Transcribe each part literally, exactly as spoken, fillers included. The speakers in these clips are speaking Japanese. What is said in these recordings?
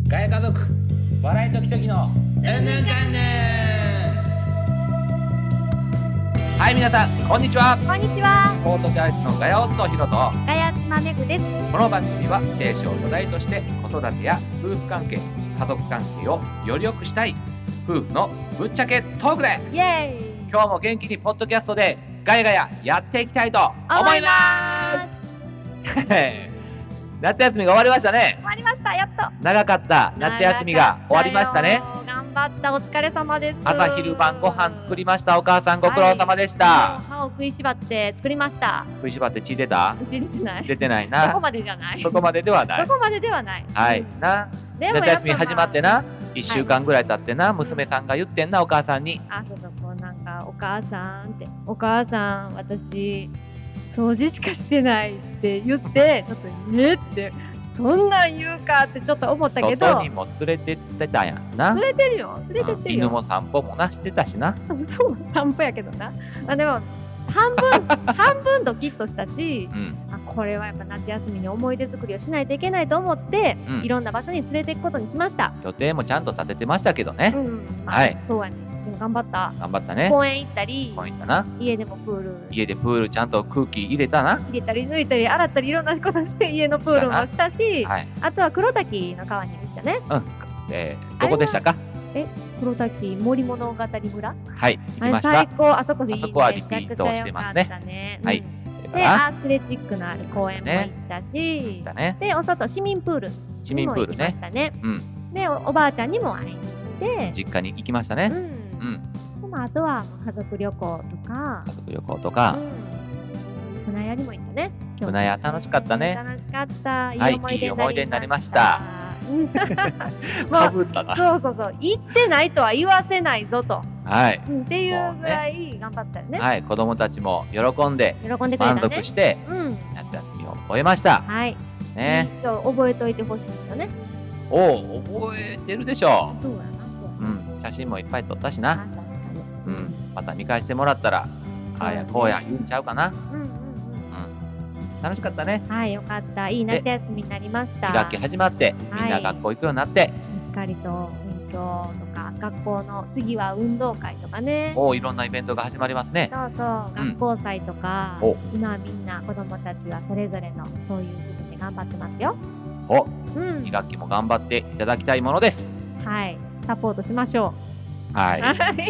ガヤ家族笑いと奇跡のうんぬんかんぬん。はい、皆さんこんにちは。 こんにちは。 ポートチャージのガヤ夫ひろと、 ガヤ妻めぐです。 この番組は継承土台として子育てや夫婦関係、家族関係をより良くしたい夫婦のぶっちゃけトークでイエーイ。 今日も元気にポッドキャストでガヤガヤやっていきたいと思います。夏休みが終わりましたね。 終わりました。やっと長かった夏休みが終わりましたね。 頑張った。お疲れ様です。 朝昼晩ご飯作りました。お母さんご苦労様でした。 はい、歯を食いしばって作りました。 食いしばって血出た？ 血出てない。 出てないな。 そこまでじゃない。 そこまでではない。 そこまでではない。 はい、な。夏休み始まってな、いっしゅうかんぐらい経ってな、娘さんが言ってんな、お母さんに。 あ、そうそう、こうなんかお母さんって、お母さん私掃除しかしてないって言って、ちょっとえってそんなん言うかってちょっと思ったけど、 外にも連れてってたやんな。 連れてるよ、連れてってるよ、 うん、犬も散歩もなしてたしな。 そう散歩やけどな。あ、でも半分半分ドキッとしたし、うん、あ、これはやっぱ夏休みに思い出作りをしないといけないと思って、うん、いろんな場所に連れていくことにしました。 予定もちゃんと立ててましたけどね。 うん、まあ、はい、そうやね。でも頑張った。 頑張ったね。 公園行ったり、 公園行ったな。 家でもプール。 家でプールちゃんと空気入れたな。 入れたり抜いたり洗ったりいろんなことして家のプールもしたし、はい、あとは黒滝の川に行ったね。 うん。えー、どこでしたか？ え、黒滝森物語村。 はい、行きました。 最高。あそこでいいね。 あそこはリピートしてますね。 ね、 はい。 で、アスレチックのある公園も行ったし、 ね、 で、お外市民プールにも行きましたね。うん、で お, おばあちゃんにも会いに行って実家に行きましたね。うん、うんでもあとは家族旅行とか家族旅行とか、 うん、船屋にも行ったね。 船屋楽しかったね。 楽しかった。 いい思い出、はい、いい思い出になりました。かぶったな。 そうそうそう、行ってないとは言わせないぞと、 はい、 っていうぐらい頑張ったよね。 はい、子供たちも喜んで喜んでくれたね。 満足して、うん、夏休みを終えました。 はい。 ね、 覚えといてほしいよね。 おお、覚えてるでしょう。 そうやな。 うん、写真もいっぱい撮ったしな。うん、また見返してもらったら、ああやこうや言うんちゃうかな。うんうんうん。楽しかったね。 はい、よかった。いい夏休みになりました。 に学期始まって、みんな学校行くようになって、 しっかりと勉強とか、学校の次は運動会とかね。 おお、いろんなイベントが始まりますね。 そうそう、学校祭とか、今はみんな子供たちはそれぞれのそういう部分で頑張ってますよ。 お、に学期も頑張っていただきたいものです。 はい、サポートしましょう。 はい、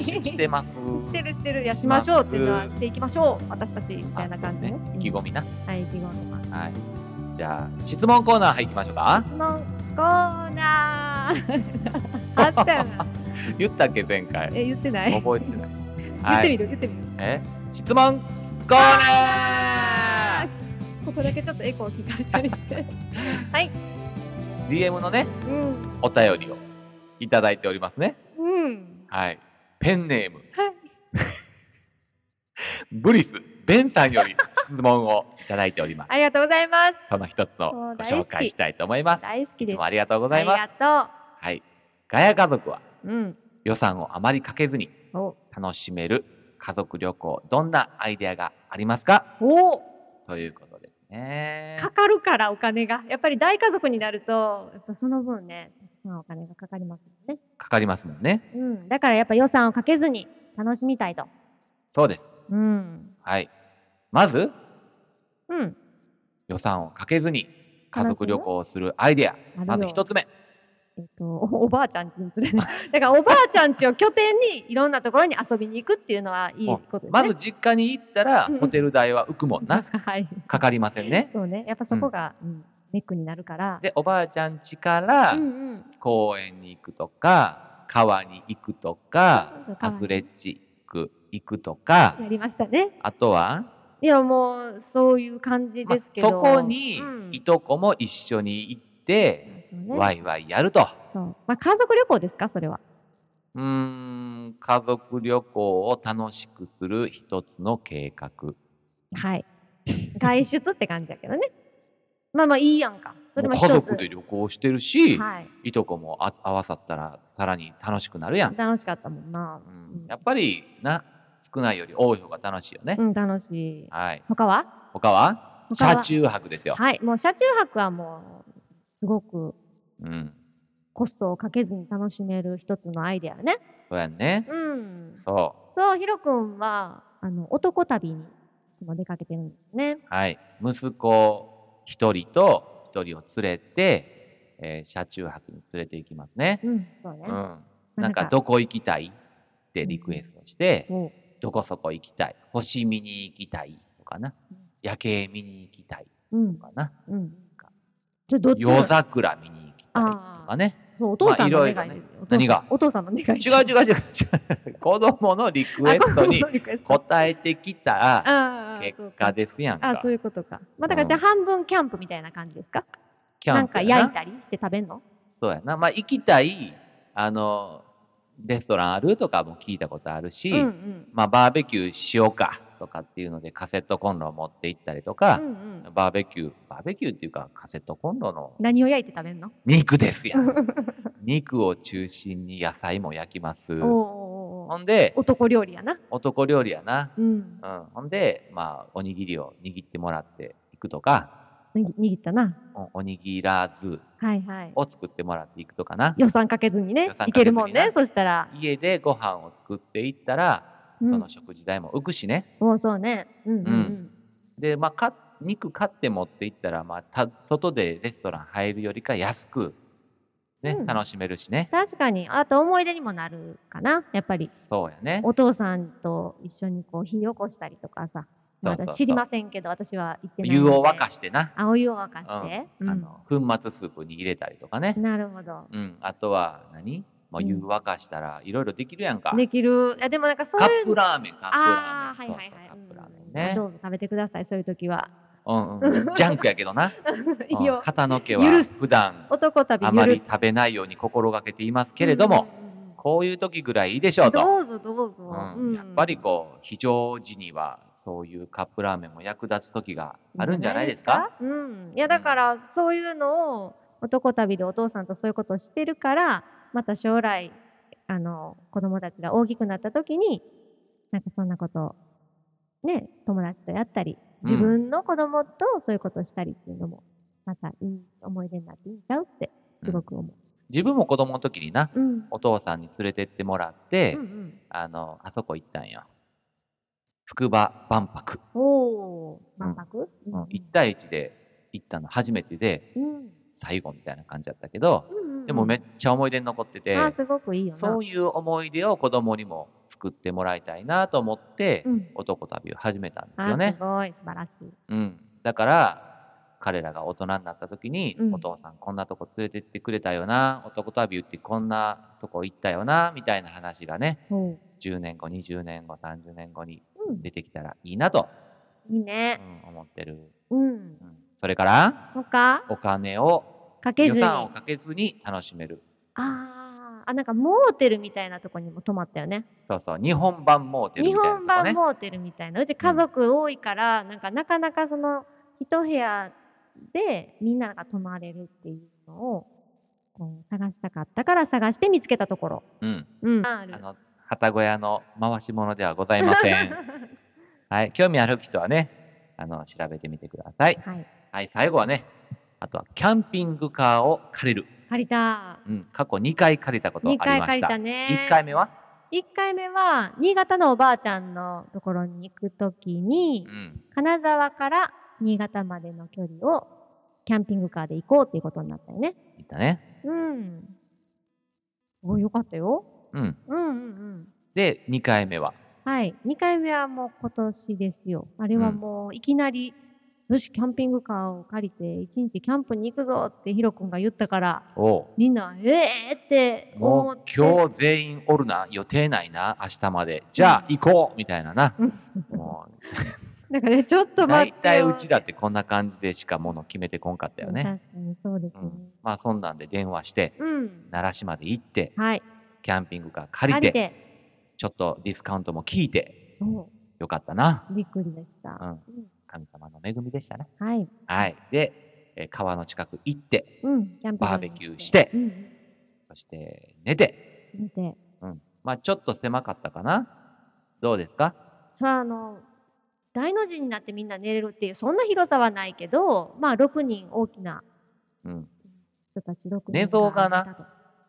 してます。 してるしてる、やしましょうっていうのはしていきましょう。私たちみたいな感じね。 意気込みな。 はい、意気込みます。 はい。じゃあ質問コーナー入っていきましょうか。 質問コーナー。あったよな。 言ったっけ前回。 え、言ってない。 覚えてない。 言ってみる言ってみる。 え、質問コーナー。 ここだけちょっとエコー聞かせたりして。はい。 ディーエム のね、お便りをいただいておりますね。 うん。 はい。ペンネーム。はい。ブリス、ベンさんより質問をいただいております。 ありがとうございます。 その一つをご紹介したいと思います。 大好きです。 いつもありがとうございます。 ありがとう。 はい。ガヤ家族は、うん、予算をあまりかけずに楽しめる家族旅行、どんなアイデアがありますか？おということですね。 かかるからお金が。やっぱり大家族になると、やっぱその分ね、お金がかかりますもんね。 かかりますもんね。 うん。だからやっぱ予算をかけずに楽しみたいと。 そうです。 うん。 はい。まず、 うん。 予算をかけずに家族旅行をするアイデア。まず一つ目。 えっと、おばあちゃん家に連れて、だからおばあちゃん家を拠点にいろんなところに遊びに行くっていうのはいいことですね。 まず実家に行ったらホテル代は浮くもんな。はい。かかりませんね。 そうね。やっぱそこが、うん、ネックになるから。 で、おばあちゃん家から公園に行くとか、川に行くとか、アスレチック行くとか。 やりましたね。 あとはいや、もうそういう感じですけど。 そこにいとこも一緒に行って、ワイワイやると。 そう。まあ、家族旅行ですか、それは。 うーん、家族旅行を楽しくする一つの計画。 はい。外出って感じだけどね。まあまあいいやんか。 それも家族で旅行してるし、はい、いとこもあ合わさったらさらに楽しくなるやん。 楽しかったもんな。 うん、やっぱりな、少ないより多い方が楽しいよね。 うん、楽しい。 はい。 他は？ 他は？車中泊ですよ。 はい。もう車中泊はもうすごく、 うん、 コストをかけずに楽しめる一つのアイデアね。 そうやんね。 うん。 そう。 そう、ヒロ君は、あの、男旅にいつも出かけてるんですね。 はい。息子一人と一人を連れて、えー車中泊に連れて行きますね。 うん、そうね。 うん。 ななんんか、 か、 どこ行きたいってリクエストして、 おどこそこ行きたい。星見に行きたいとかな。夜景見に行きたいうんとかな。 うん。じゃあどっち夜桜見に行きたいとかね。 そう、お父さんの願いまあいろいろねですよ。 何がお父さんの願い。 違う違う違う違う。子供のリクエストに答えてきた結果ですやんか。 あ、そういうことか。まあだからじゃあ半分キャンプみたいな感じですか？ キャンプなんか焼いたりして食べんの？ そうやな。まあ行きたい、あの、レストランあるとかも聞いたことあるし、 うんうん、 まあバーベキューしようかとかっていうのでカセットコンロを持って行ったりとか、うんうん、バーベキュー、バーベキューっていうかカセットコンロの。 何を焼いて食べんの？ 肉ですやん。肉を中心に野菜も焼きます。おほんで、 男料理やな。 男料理やな。 うん。うん、 ほんで、まあ、おにぎりを握ってもらっていくとか、 握ったな。 お、おにぎらずを作ってもらっていくとかな。はいはい、 予算かけずにね。いけるもんね、そしたら。 家でご飯を作っていったら、うん、その食事代も浮くしね。 おそうね。うんうんうん。うん、 で、まあ、か肉買って持っていったら、まあ、た外でレストラン入るよりか安く、ね、うん、楽しめるしね。 確かに。あと思い出にもなるかな、やっぱり。 そうやね。 お父さんと一緒にこう火起こしたりとかさ。まだ知りませんけど、私は行ってないので。 湯を沸かしてな。 あ、お湯を沸かして。 うん、あの、粉末スープに入れたりとかね。 なるほど。 うん。あとは何、もう湯沸かしたらいろいろできるやんか。 できる。いや、でもなんかそういう。 カップラーメン、カップラーメン。 ああ、はいはいはい。 カップラーメンね。 どうぞ食べてください、そういう時は。 うんうん。ジャンクやけどな。いいよ。片野家は普段男旅あまり食べないように心がけていますけれども、こういう時ぐらいいいでしょうと。 どうぞどうぞ。 うん、やっぱりこう、非常時にはそういうカップラーメンも役立つ時があるんじゃないですか？ うん。いや、だからそういうのを男旅でお父さんとそういうことをしてるから、また将来、あの、子供たちが大きくなった時に、なんかそんなことね、友達とやったり、自分の子供とそういうことをしたりっていうのも、またいい思い出になっていいんちゃうってすごく思う。うん、 自分も子供の時にな、うん、お父さんに連れてってもらって、うんうん、あの、あそこ行ったんよ。筑波万博。 おー、万博、 うんうん、いち対いちで行ったの初めてで、うん、最後みたいな感じだったけど、うんうんうん、でもめっちゃ思い出に残ってて、 あ、すごくいいよな。 そういう思い出を子供にも作ってもらいたいなと思って、うん、男旅を始めたんですよね。 すごい、素晴らしい。 うん。だから、彼らが大人になった時に、うん、お父さんこんなとこ連れてってくれたよな、男旅ってこんなとこ行ったよな、みたいな話がね、うん、じゅうねんご、にじゅうねんご、さんじゅうねんごに出てきたらいいなと、 いいね、 うん、思ってる。 うん。うん、 それから、 他お金をかけずに、 予算をかけずに楽しめる。 ああ、なんかモーテルみたいなとこにも泊まったよね。 そうそう、日本版モーテルみたいなとこね。 日本版モーテルみたいな。うち家族多いから、うん、なんかなかなかその一部屋でみんなが泊まれるっていうのをこう探したかったから探して見つけたところ。うん。うん、あの、旗小屋の回し物ではございません。はい。興味ある人はね、あの、調べてみてください。はい。はい、最後はね、あとはキャンピングカーを借りる。 借りた。 うん。過去にかい借りたことありました。にかい借りたね。いっかいめはいっかいめは、新潟のおばあちゃんのところに行くときに、うん、金沢から新潟までの距離をキャンピングカーで行こうっていうことになったよね。 行ったね。 うん。お、よかったよ。 うん。 うんうんうん。 で、にかいめははい。にかいめはもう今年ですよ。あれはもういきなり、うん、よし、キャンピングカーを借りていちにちキャンプに行くぞってヒロ君が言ったから、みんな、ええー、って思って。 もう今日全員おるな、予定ないな、明日まで。じゃあ行こうみたいなな。もうなんかね、ちょっと待って。 大体うちだってこんな感じでしかもの決めてこんかったよね。 確かにそうですね。うん、 まあそんなんで電話して、うん、奈良市まで行って、 はい、 キャンピングカー借りて、借りてちょっとディスカウントも聞いて、そうよかったな。 びっくりでした。 うん神様の恵みでしたね。 はい。 はい。で、え川の近く行って、うん、キャンプバーベキューして、うん、そして寝て。 寝て。 うん。まあちょっと狭かったかな。どうですか？ それはあの、大の字になってみんな寝れるっていう、そんな広さはないけど、まあろくにん大きな人たちろくにん寝相がな、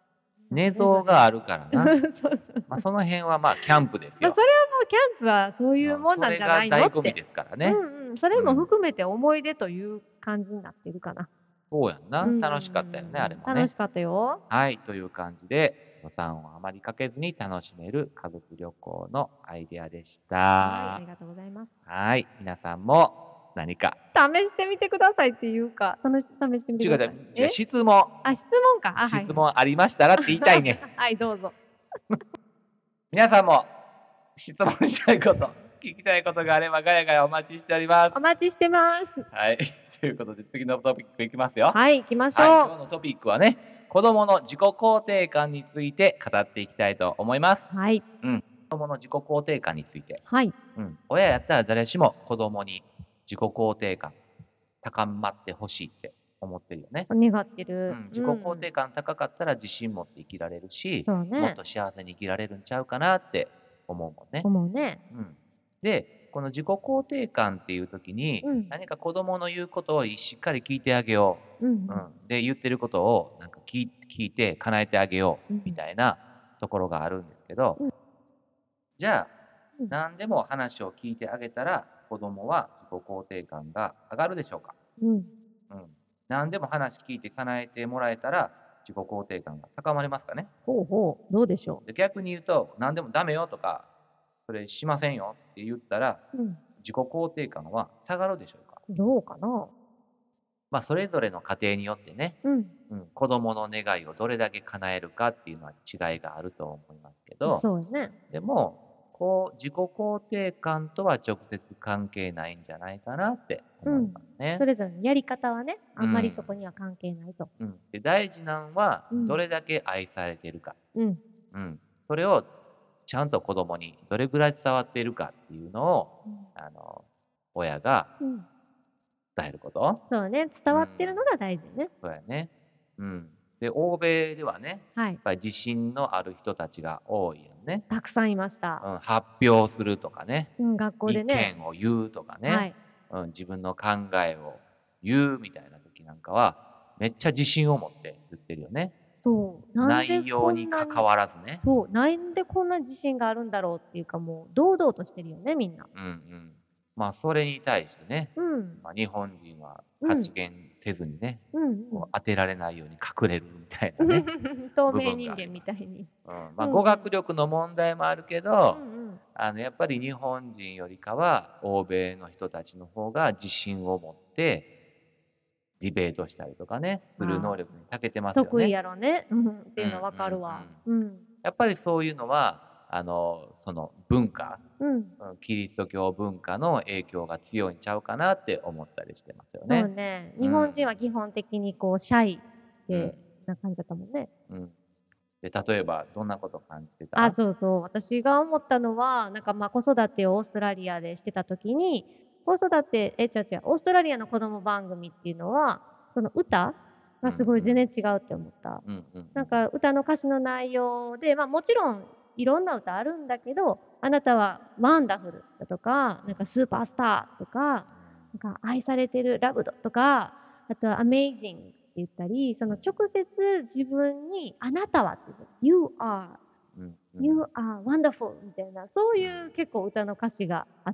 寝相があるからな。 そうそうまあ、その辺はまあ、キャンプですまあ、 よ。 それはもうキャンプはそういうもんなんじゃないのっそれが醍醐味て。 ですからうね。 んうん。それも含めて思い出という感じになってるかな。 そうやんな。 うんうんうん楽しかったよね、あれもね。 楽しかったよ。 はい、という感じで、予算をあまりかけずに楽しめる家族旅行のアイデアでしはい、あた。 りがとうございます。 はい、皆さんも何か。 試してみてくださいっていうか、試し試してみて違う、 ください。 違う、 え？ 質問。 あ、質問か。あ、はいはい。 質問ありましたらって言いたいね。 はい、どうぞ。 皆さんも質問したいこと、聞きたいことがあればガヤガヤお待ちしております。 お待ちしてます。 はい。ということで次のトピックいきますよ。 はい、行きましょう。 はい、今日のトピックはね、子供の自己肯定感について語っていきたいと思います。 はい。 うん。子供の自己肯定感について。 はい。 うん。親やったら誰しも子供に自己肯定感高まってほしいって思ってるよね。 願ってうる。 ん。自己肯定感高かったら自信持って生きられるし、 そうね。 もっと幸せに生きられるんちゃうかなって思うもんね。 思うね。 うん。で、この自己肯定感っていう時に、 うん。 何か子供の言うことをしっかり聞いてあげよう。 うん。 うん。で、言ってることをなんか聞い聞いて叶えてあげよううんみたいなところがあるんですけど、 うんじゃあ、 うん何でも話を聞いてあげたら、子供は自己肯定感が上がるでしょうか。 うん。 うん。何でも話聞いて叶えてもらえたら、自己肯定感が高まりますかね。 ほうほう。どうでしょで、逆に言うと、何でもダメよとか、それしませんよって言ったら、 う。うん。 自己肯定感は下がるでしょうか。 どうかな。 まあ、それぞれの家庭によってね、 うん。 うん、子供の願いをどれだけ叶えるかっていうのは違いがあると思いますけど、 そうね。 でも、こう、自己肯定感とは直接関係ないんじゃないかなって思いますね。 それぞれのやり方はね、あんまりそこには関係ないと。 うん。で、大事なのは、 うんどれだけ愛されているか。 うん。 うん。それを、ちゃんと子供にどれぐらい伝わっているかっていうのを、 うんあの、親がうん。 伝えること。 そうね。伝わってるのが大事ね。 そうやね。うん。で、欧米ではね、 はい。 やっぱり自信のある人たちが多いよね。 たくさんいました。 うん、発表するとかね、 うん、学校で意ね。 見を言うとかね、 はい。 うん、自分の考えを言うみたいな時なんかは、めっちゃ自信を持って言ってるよね。 そう。なんで内容にこんなに関わらずね。 そう。なんでこんな自信があるんだろうっていうか、もう堂々としてるよね、みんな。 うんうん。まあ、それに対してね、 うん。 まあ、日本人はうん発言せずにね、 うんうんこう当てられないように隠れるみたいなね。 透明人間みたいに。 うん、まあ、 うん語学力の問題もあるけうど、 んうん。 あの、やっぱり日本人よりかは、欧米の人たちの方が自信を持って、ディベートしたりとかね、する能力に長けてますよね。 得意やろね。うん。っていうのわかるわ。うん。 やっぱりそういうのは、あの、その文化、 うん。 うんキリスト教文化の影響が強いんちゃうかなって思ったりしてますよそうね。 ね。 うん日本人は基本的にこう、シャイうんで、な感じだったもんね。 うん。で、例えば、どんなこと感じてた？ あ、そうそう。私が思ったのは、なんかまあ子育てをオーストラリアでしてた時に、子育て、え、違う違う、オーストラリアの子供番組っていうのは、その歌がすごい全然違うって思った。 うんうん。 なんか歌の歌詞の内容で、まあもちろんいろんな歌あるんだけど、あなたはワンダフルだとか、なんかスーパースターとか、なんか愛されてるラブドとか、あとはアメイジングって言ったり、その直接自分にあなたはって言う、You are うんうん You are wonderful みたいな、そういう結構歌の歌詞があって、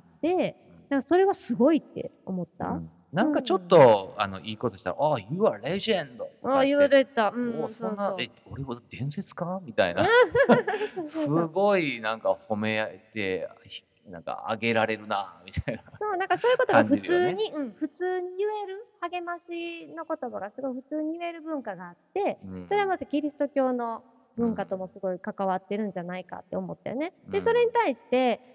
だからそれはすごいって思った。 うんなんかちょっと、あの、いいことしたら、ああ、You are legend! とかああ、 って言われた。うん、 おそんな、 そうそう。 え、俺は伝説かみたいな。すごいなんか褒めて、ひなんかあげられるな、みたいな。 そう、なんかそういうことが普感じるよね通に、うん、普通に言える励ましの言葉がすごい普通に言える文化があって、 うんそれはまたキリスト教の文化ともすごい関わってるんじゃないかって思ったよね。で、 うんそれに対して、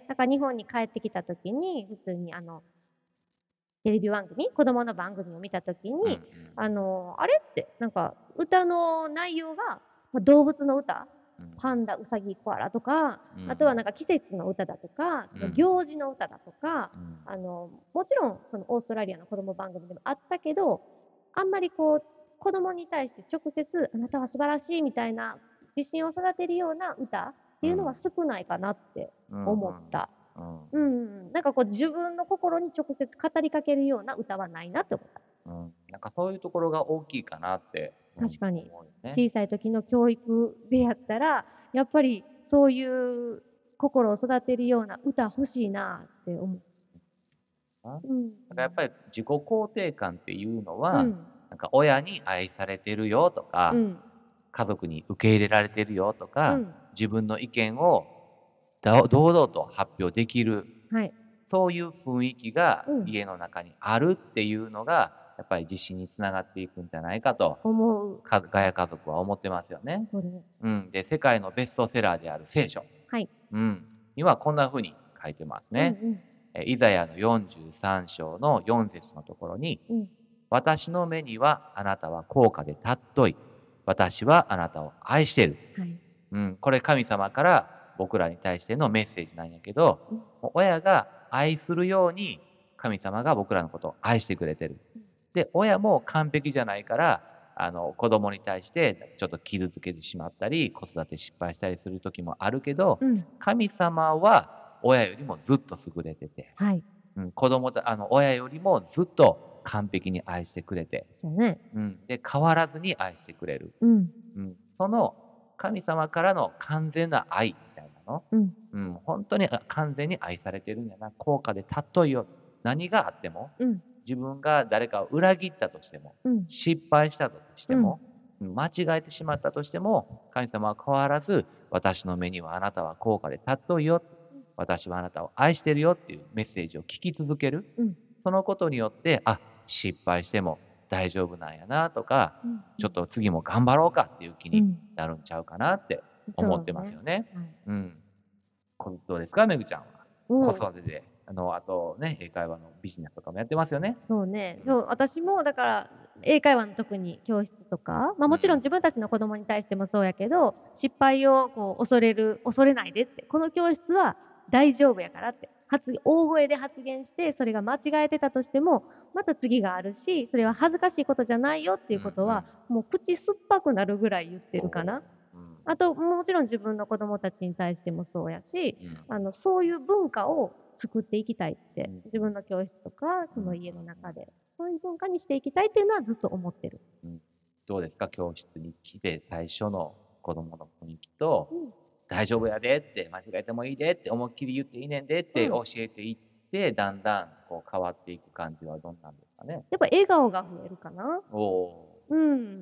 なんか日本に帰ってきた時に、普通にあの、テレビ番組、子供の番組を見た時に、 うんうんあの、あれって、なんか歌の内容が、まあ動物の歌、 うんパンダ、ウサギ、コアラとか、 うんあとはなんか季節の歌だとか、 うん行事の歌だとか、 うんあの、もちろんそのオーストラリアの子供番組でもあったけど、あんまりこう、子供に対して直接、あなたは素晴らしいみたいな、自信を育てるような歌っていうのは少ないかなって思った。 うんうんうんうん。なんかこう自分の心に直接語りかけるような歌はないなって思った。 うんなんかそういうところが大きいかなって確かに、ね、小さい時の教育でやったらやっぱりそういう心を育てるような歌欲しいなって思う。 うん、だからやっぱり自己肯定感っていうのは、 うん、 なんか親に愛されてるよとか、うん、家族に受け入れられてるよとか、うん、自分の意見を堂々と発表できる、はい、そういう雰囲気が家の中にあるっていうのが、やっぱり自信につながっていくんじゃないかと思うガヤ家族は思ってますよね。そうです、うん、で世界のベストセラーである聖書、はい、うん、にはこんな風に書いてますね。うんうん、イザヤのよんじゅうさん章のよん節のところに、うん、私の目にはあなたは高価で尊い。私はあなたを愛している。はい、うん、これ神様から僕らに対してのメッセージなんやけど、うん、親が愛するように神様が僕らのことを愛してくれてる。で、親も完璧じゃないから、あの子供に対してちょっと傷つけてしまったり、子育て失敗したりする時もあるけど、うん、神様は親よりもずっと優れてて、はい、うん、子供とあの親よりもずっと完璧に愛してくれて、そうね、うん、で変わらずに愛してくれる、うんうん、その神様からの完全な愛みたいなの、うんうん、本当に完全に愛されてるんやな、高価で尊いよ、何があっても、うん、自分が誰かを裏切ったとしても、うん、失敗したとしても、うん、間違えてしまったとしても、神様は変わらず、私の目にはあなたは高価で尊いよ、私はあなたを愛してるよっていうメッセージを聞き続ける、うん、そのことによって、あ、失敗しても大丈夫なんやなとか、うん、ちょっと次も頑張ろうかっていう気になるんちゃうかなって思ってますよね。うん、ね、はい、うん、どうですか、めぐちゃんは。子育てで、あの、あとね、英会話のビジネスとかもやってますよね。そうね。そう、私もだから、英会話の特に教室とか、まあもちろん自分たちの子供に対してもそうやけど、失敗をこう恐れる、恐れないでって、この教室は大丈夫やからって、発大声で発言して、それが間違えてたとしても、また次があるし、それは恥ずかしいことじゃないよっていうことは、もう口酸っぱくなるぐらい言ってるかな。あと、もちろん自分の子供たちに対してもそうやし、うん、あのそういう文化を作っていきたいって、うん、自分の教室とか、その家の中で、そういう文化にしていきたいっていうのはずっと思ってる。うん、どうですか、教室に来て最初の子供の雰囲気と、うん、大丈夫やでって、間違えてもいいでって、思いっきり言っていいねんでって教えていって、うん、だんだんこう変わっていく感じはどんなんですかね。やっぱ笑顔が増えるかな。おうん、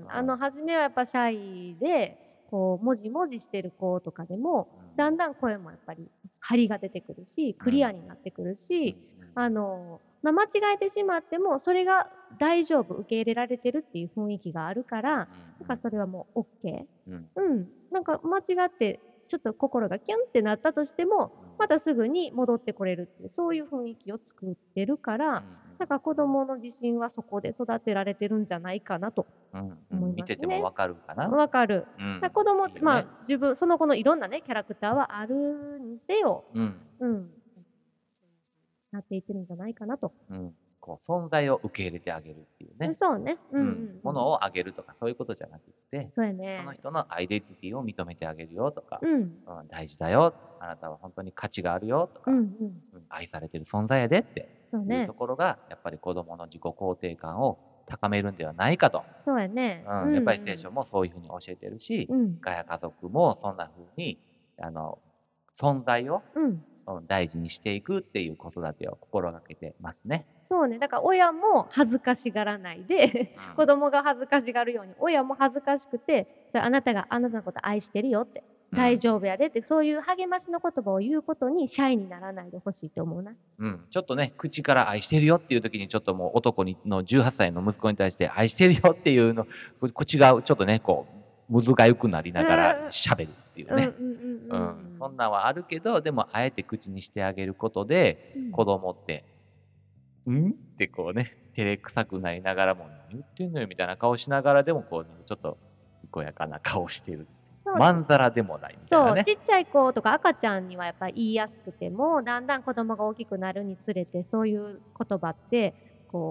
あの初めはやっぱシャイで、こうもじもじしてる子とかでも、だんだん声もやっぱり張りが出てくるし、クリアになってくるし、あの、まあ、間違えてしまってもそれが大丈夫、受け入れられてるっていう雰囲気があるから、なんかそれはもう OK、うん、うん、なんか間違ってちょっと心がキュンってなったとしても、またすぐに戻ってこれるっていう、そういう雰囲気を作ってるから、なんか子供の自信はそこで育てられてるんじゃないかなと思いますね。うんうん、見ててもわかるかな。わかる。うん、子供って、いいね、まあ自分その子のいろんなねキャラクターはあるにせよ、うん、うん、なっていってるんじゃないかなと。うん、こう存在を受け入れてあげるっていうね。そうね。うん、うん、ものをあげるとかそういうことじゃなくて、そうやね。その人のアイデンティティを認めてあげるよとか、うん、うん、大事だよ。あなたは本当に価値があるよとか、うんうん、愛されてる存在やでっていうところが、やっぱり子供の自己肯定感を高めるんではないかと。そうやね。うん、やっぱり聖書もそういうふうに教えてるし、うん、ガヤ家族もそんなふうにあの存在を、うん、大事にしていくっていう子育てを心がけてますね。そうね。だから親も恥ずかしがらないで、うん、子供が恥ずかしがるように、親も恥ずかしくて、あなたがあなたのこと愛してるよって、うん、大丈夫やでって、そういう励ましの言葉を言うことにシャイにならないでほしいと思うな。うん。ちょっとね、口から愛してるよっていう時に、ちょっともう男にのじゅうはっさいの息子に対して愛してるよっていうの、口がちょっとね、こう、むずがゆくなりながら喋るっていうね。うん。そんなんはあるけど、でもあえて口にしてあげることで、うん、子供って、んってこうね、照れくさくなりながらも、何言ってんのよみたいな顔しながらでも、こう、ちょっと、にこやかな顔してる。まんざらでもないみたいなね。そう、ちっちゃい子とか赤ちゃんにはやっぱり言いやすくても、だんだん子供が大きくなるにつれて、そういう言葉って、こう、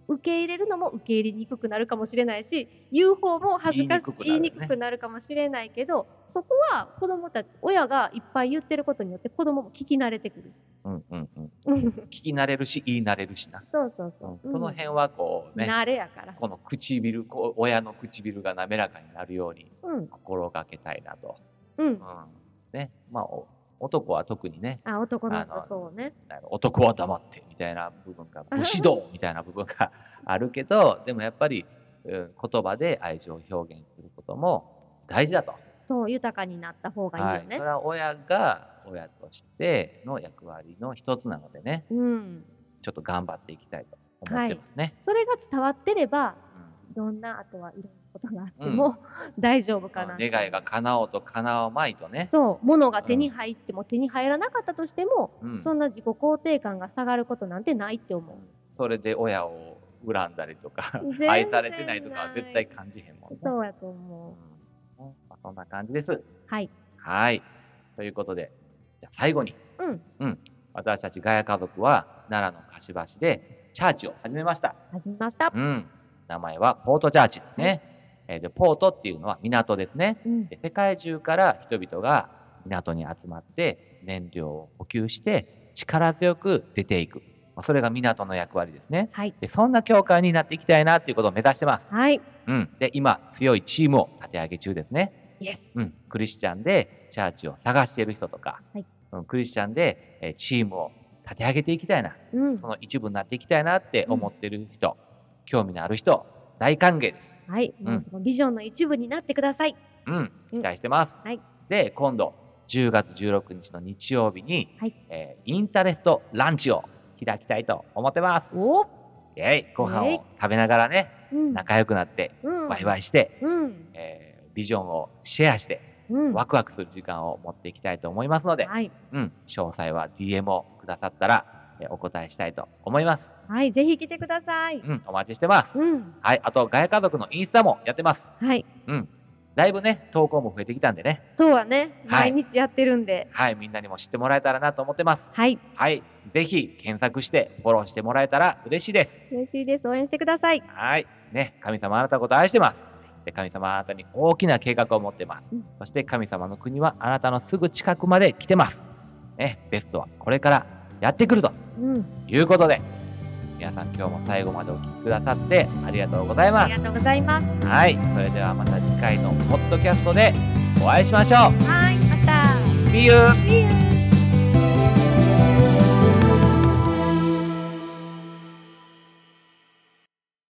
受け入れるのも受け入れにくくなるかもしれないし、言う方も恥ずかしく言いにくくなるかもしれないけど、そこは子供たち、親がいっぱい言ってることによって子供も聞き慣れてくる。 うんうんうん。聞き慣れるし、言い慣れるしな。 そうそうそう。 この辺はこうね、 慣れやから。 この唇、こう親の唇が滑らかになるように心がけたいなと。 うん。 ね、まあ男は特にね。 あ、男の子そうね。 男は黙ってみたいな部分が、武士道みたいな部分があるけど、でもやっぱり、うん、言葉で愛情を表現することも大事だと。 そう、豊かになった方がいいよね。はい、 それは親が親としての役割の一つなのでね、うん、ちょっと頑張っていきたいと思ってますね。はい、 それが伝わってれば、うん、どんなあとはいろんなことがあっても、うん、大丈夫かな。 願いが叶おうと叶わまいとね。 そう、物が手に入っても、うん、手に入らなかったとしても、うん、そんな自己肯定感が下がることなんてないって思う。 それで親を恨んだりとか、愛されてないとかは絶対感じへんもんね。 そうやと思う。うんまあ、そんな感じです。 はい。 はい。ということで、じゃあ最後に、うん、うん、私たちガヤ家族は奈良の柏市でチャーチを始めました。 始めました。 うん。名前はポートチャーチですね。うん、でポートっていうのは港ですね。うん、で世界中から人々が港に集まって燃料を補給して力強く出ていく。それが港の役割ですね。はい、でそんな教会になっていきたいなっていうことを目指してます。 はい。 うん。で今強いチームを立て上げ中ですね。 Yes. うん、クリスチャンでチャーチを探している人とか、はいうん、クリスチャンで、えー、チームを立て上げていきたいな、うん、その一部になっていきたいなって思っている人、うん、興味のある人、大歓迎です。 はい、うん、そのビジョンの一部になってください。 うん、期待してます。うんはい、で、今度じゅうがつじゅうろくにちの日曜日に、はいえー、インタレストランチを開きたいと思ってます。 おえー、ご飯を食べながらね、うん、仲良くなって、うん、ワイワイして、うんえービジョンをシェアして、うん、ワクワクする時間を持っていきたいと思いますので、はいうん、詳細は ディーエム をくださったら、えお答えしたいと思います。 はい、ぜひ来てください。 うん、お待ちしてます。うん、はい、あと、ガヤ家族のインスタもやってます。 はい。 うん、だいぶね、投稿も増えてきたんでね。 そうはね、毎日やってるんで、 はい。はい、みんなにも知ってもらえたらなと思ってます。 はい。 はい、ぜひ検索してフォローしてもらえたら嬉しいです。 嬉しいです。応援してください。 はい。ね、神様あなたのこと愛してます。神様はあなたに大きな計画を持ってます。うん、そして神様の国はあなたのすぐ近くまで来てます。ね、ベストはこれからやってくると、うん、いうことで、皆さん今日も最後までお聞きくださってありがとうございます。 ありがとうございます。 はい、それではまた次回のポッドキャストでお会いしましょう。 はい、また。 See you! See you!